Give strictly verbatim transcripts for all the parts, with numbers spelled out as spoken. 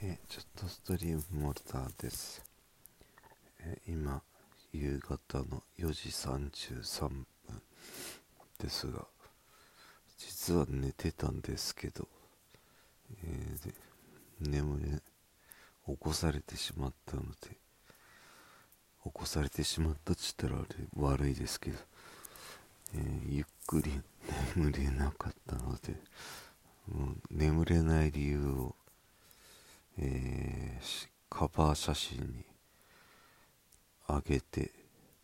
えー、ちょっとストリームモルターです。えー、今夕方のよじさんじゅうさんぷんですが、実は寝てたんですけど、えー、で眠れ起こされてしまったので、起こされてしまったっつったらあれ悪いですけど、えー、ゆっくり眠れなかったので、もう眠れない理由を、えー、カバー写真に上げて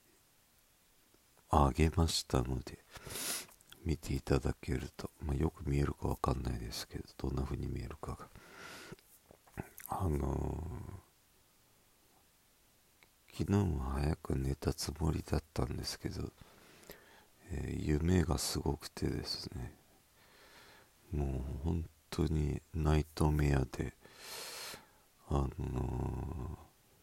あげましたので、見ていただけると、まあ、よく見えるかわかんないですけど、どんな風に見えるかが、あのー、昨日も早く寝たつもりだったんですけど、えー夢がすごくてですね、もう本当にナイトメアで、あのー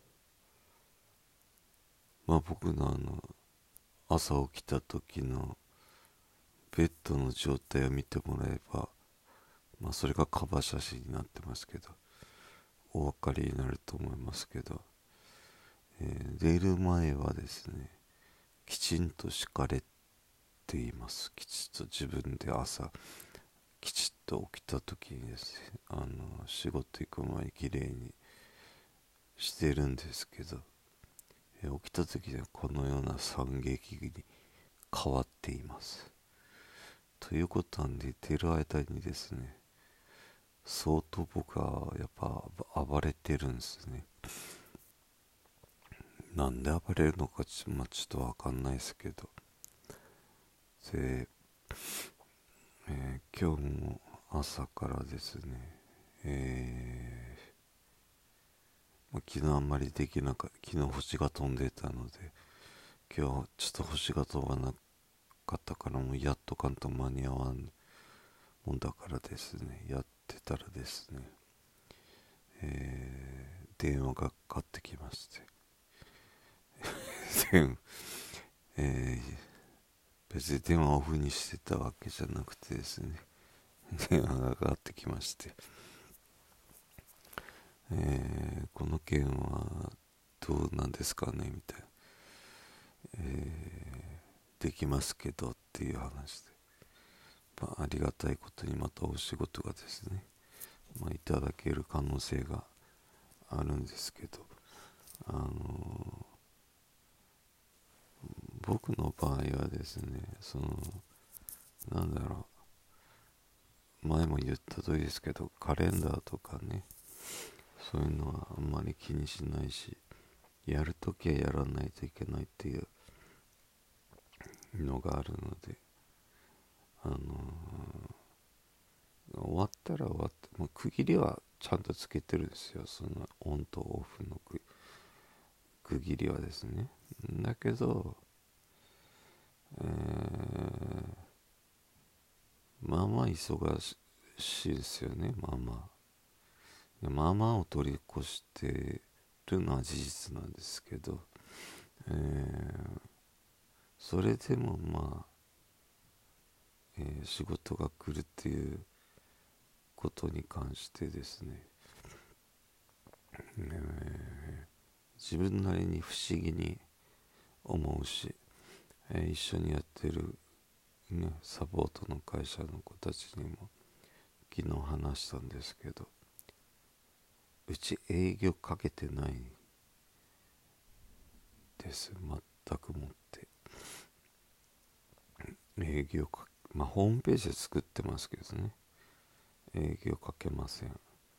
まあ僕のあの朝起きた時のベッドの状態を見てもらえば、まあそれがカバー写真になってますけど、お分かりになると思いますけど、えー寝る前はですね、きちんと敷かれています。きちっと自分で朝きちっと起きた時にですね、あの仕事行く前にきれいにしてるんですけど、えー起きた時にはこのような惨劇に変わっています。ということは寝てる間にですね、相当僕はやっぱ暴れてるんですね。なんで暴れるのかち,、まあ、ちょっとわかんないですけど、で、えー今日も朝からですね、えーまあ、昨日あんまりできなかった、昨日星が飛んでたので、今日はちょっと星が飛ばなかったから、もうやっとかんと間に合わんもんだからですね、やってたらですね、えー電話がかかってきまして、えー別に電話オフにしてたわけじゃなくてですね、電話がかかってきまして、えーこの件はどうなんですかねみたいな、えーできますけどっていう話で、まあ、ありがたいことにまたお仕事がですね、まあ、いただける可能性があるんですけど、あのー僕の場合はですね、そのなんだろう、前も言った通りですけど、カレンダーとかね、そういうのはあんまり気にしないし、やるときはやらないといけないっていうのがあるので、あのー終わったら終わって、まあ、区切りはちゃんとつけてるんですよ。そのオンとオフの区区切りはですね。だけど、えーまあまあ忙しいですよね。まあまあ。まあまあを取り越してるのは事実なんですけど、えーそれでもまあ、えー仕事が来るっていうことに関してですね、えー自分なりに不思議に思うし、えー一緒にやってる、ね、サポートの会社の子たちにも昨日話したんですけど、うち営業かけてないです。全くもって。営業か、まあホームページで作ってますけどね、営業かけません。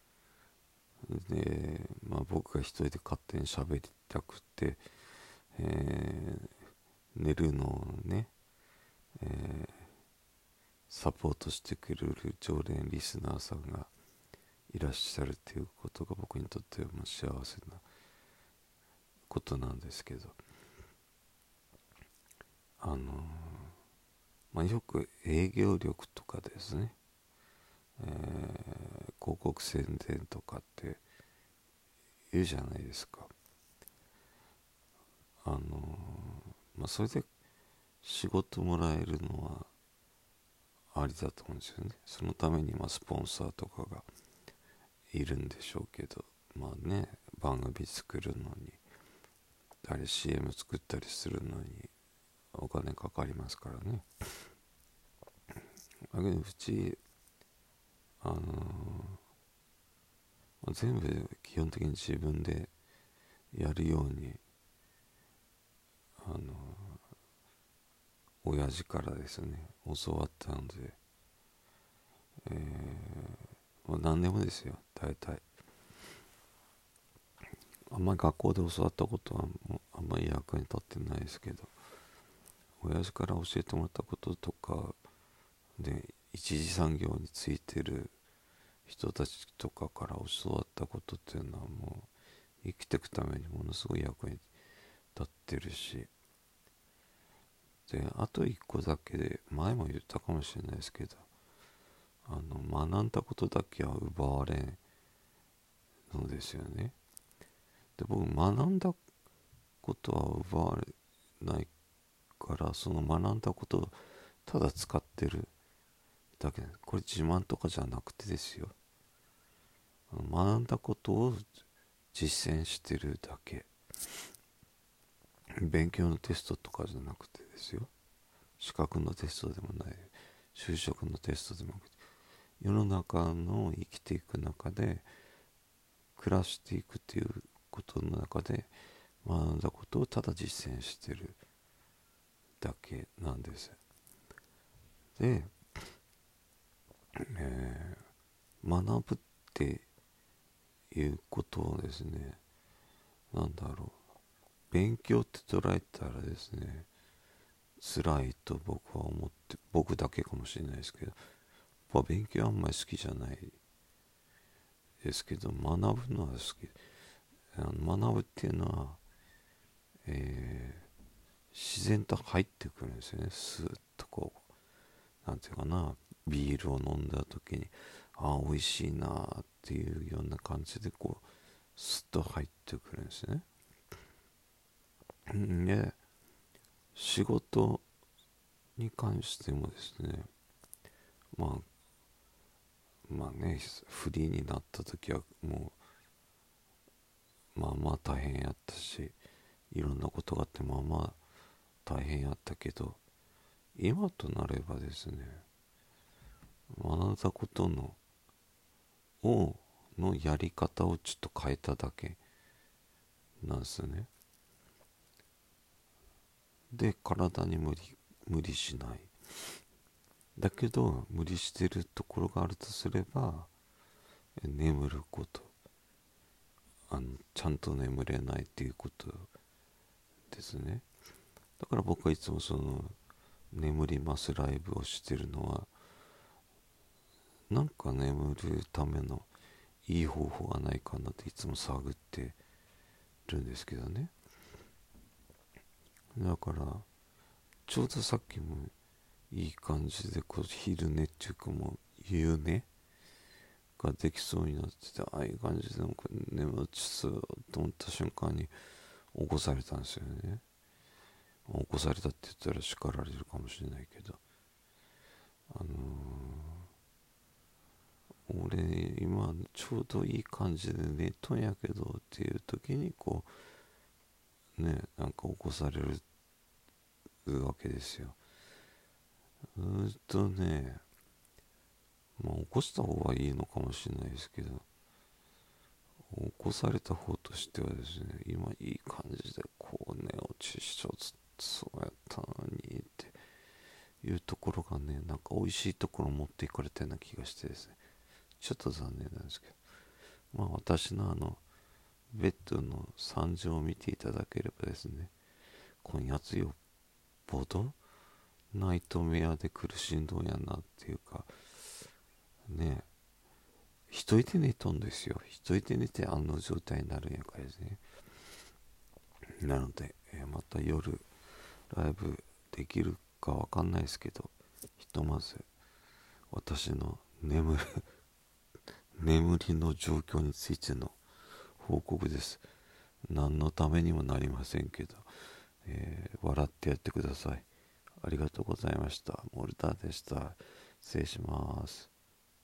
で、まあ僕が一人で勝手に喋りたくて、えー寝るのをね、えーサポートしてくれる常連リスナーさんがいらっしゃるということが僕にとっては幸せなことなんですけど、あのーまあ、よく営業力とかですね、えー広告宣伝とかって言うじゃないですか。あのーまあ、それで仕事もらえるのはありだと思うんですよね。そのためにまあスポンサーとかがいるんでしょうけど、まあね、番組作るのに、あれ シーエム 作ったりするのにお金かかりますからね。だけどうちあのー全部基本的に自分でやるように、あのー親父からですね教わったので、えーまあ、何でもですよ、大体。あんまり学校で教わったことはもうあんまり役に立ってないですけど、親父から教えてもらったこととかで、一次産業についてる人たちとかから教わったことっていうのはもう生きていくためにものすごい役に立ってるし、であと一個だけで、前も言ったかもしれないですけど、あの学んだことだけは奪われんのですよね。で僕学んだことは奪われないから、その学んだことをただ使ってるだけなんです。これ自慢とかじゃなくてですよ、学んだことを実践してるだけ。勉強のテストとかじゃなくてですよ、資格のテストでもない、就職のテストでもなくて、世の中の生きていく中で暮らしていくっていうことの中で学んだことをただ実践してるだけなんです。で、えー学ぶっていうことをですね、なんだろう、勉強って捉えたらですね、辛いと僕は思って、僕だけかもしれないですけど、僕は勉強あんまり好きじゃないですけど、学ぶのは好き。あの学ぶっていうのは、えー自然と入ってくるんですよね。スーッとこう、なんていうかな、ビールを飲んだ時に、ああ美味しいなっていうような感じでこうスッと入ってくるんですね。で、仕事に関してもですね、まあまあね、フリーになった時はもうまあまあ大変やったし、いろんなことがあってまあまあ大変やったけど、今となればですね、学んだことのをのやり方をちょっと変えただけなんですよね。で、体に無理無理しない。だけど無理してるところがあるとすれば、眠ること、あのちゃんと眠れないっていうことですね。だから僕はいつもその眠りますライブをしてるのは、なんか眠るためのいい方法がないかなっていつも探ってるんですけどね。だからちょうどさっきもいい感じでこう昼寝っていうか、もう夕寝ができそうになってて、ああいう感じでなんか眠っちそうと思った瞬間に起こされたんですよね。起こされたって言ったら叱られるかもしれないけど、あのー、俺今ちょうどいい感じで寝とんやけどっていう時にこうね、なんか起こされるわけですよ。うーんとね、まあ起こした方がいいのかもしれないですけど、起こされた方としてはですね、今いい感じでこう寝落ちしちゃう、そうやったのにっていうところがね、なんか美味しいところ持っていかれたような気がしてですね、ちょっと残念なんですけど、まあ私のあのベッドの惨状を見ていただければですね、今夜つよっぽどナイトメアで苦しんどんやなっていうかね、一人で寝とんですよ。一人で寝てあの状態になるんやからですね。なので、えーまた夜ライブできるかわかんないですけど、ひとまず私の眠る眠りの状況についての報告です。何のためにもなりませんけど、えー笑ってやってください。ありがとうございました。モルターでした。失礼します。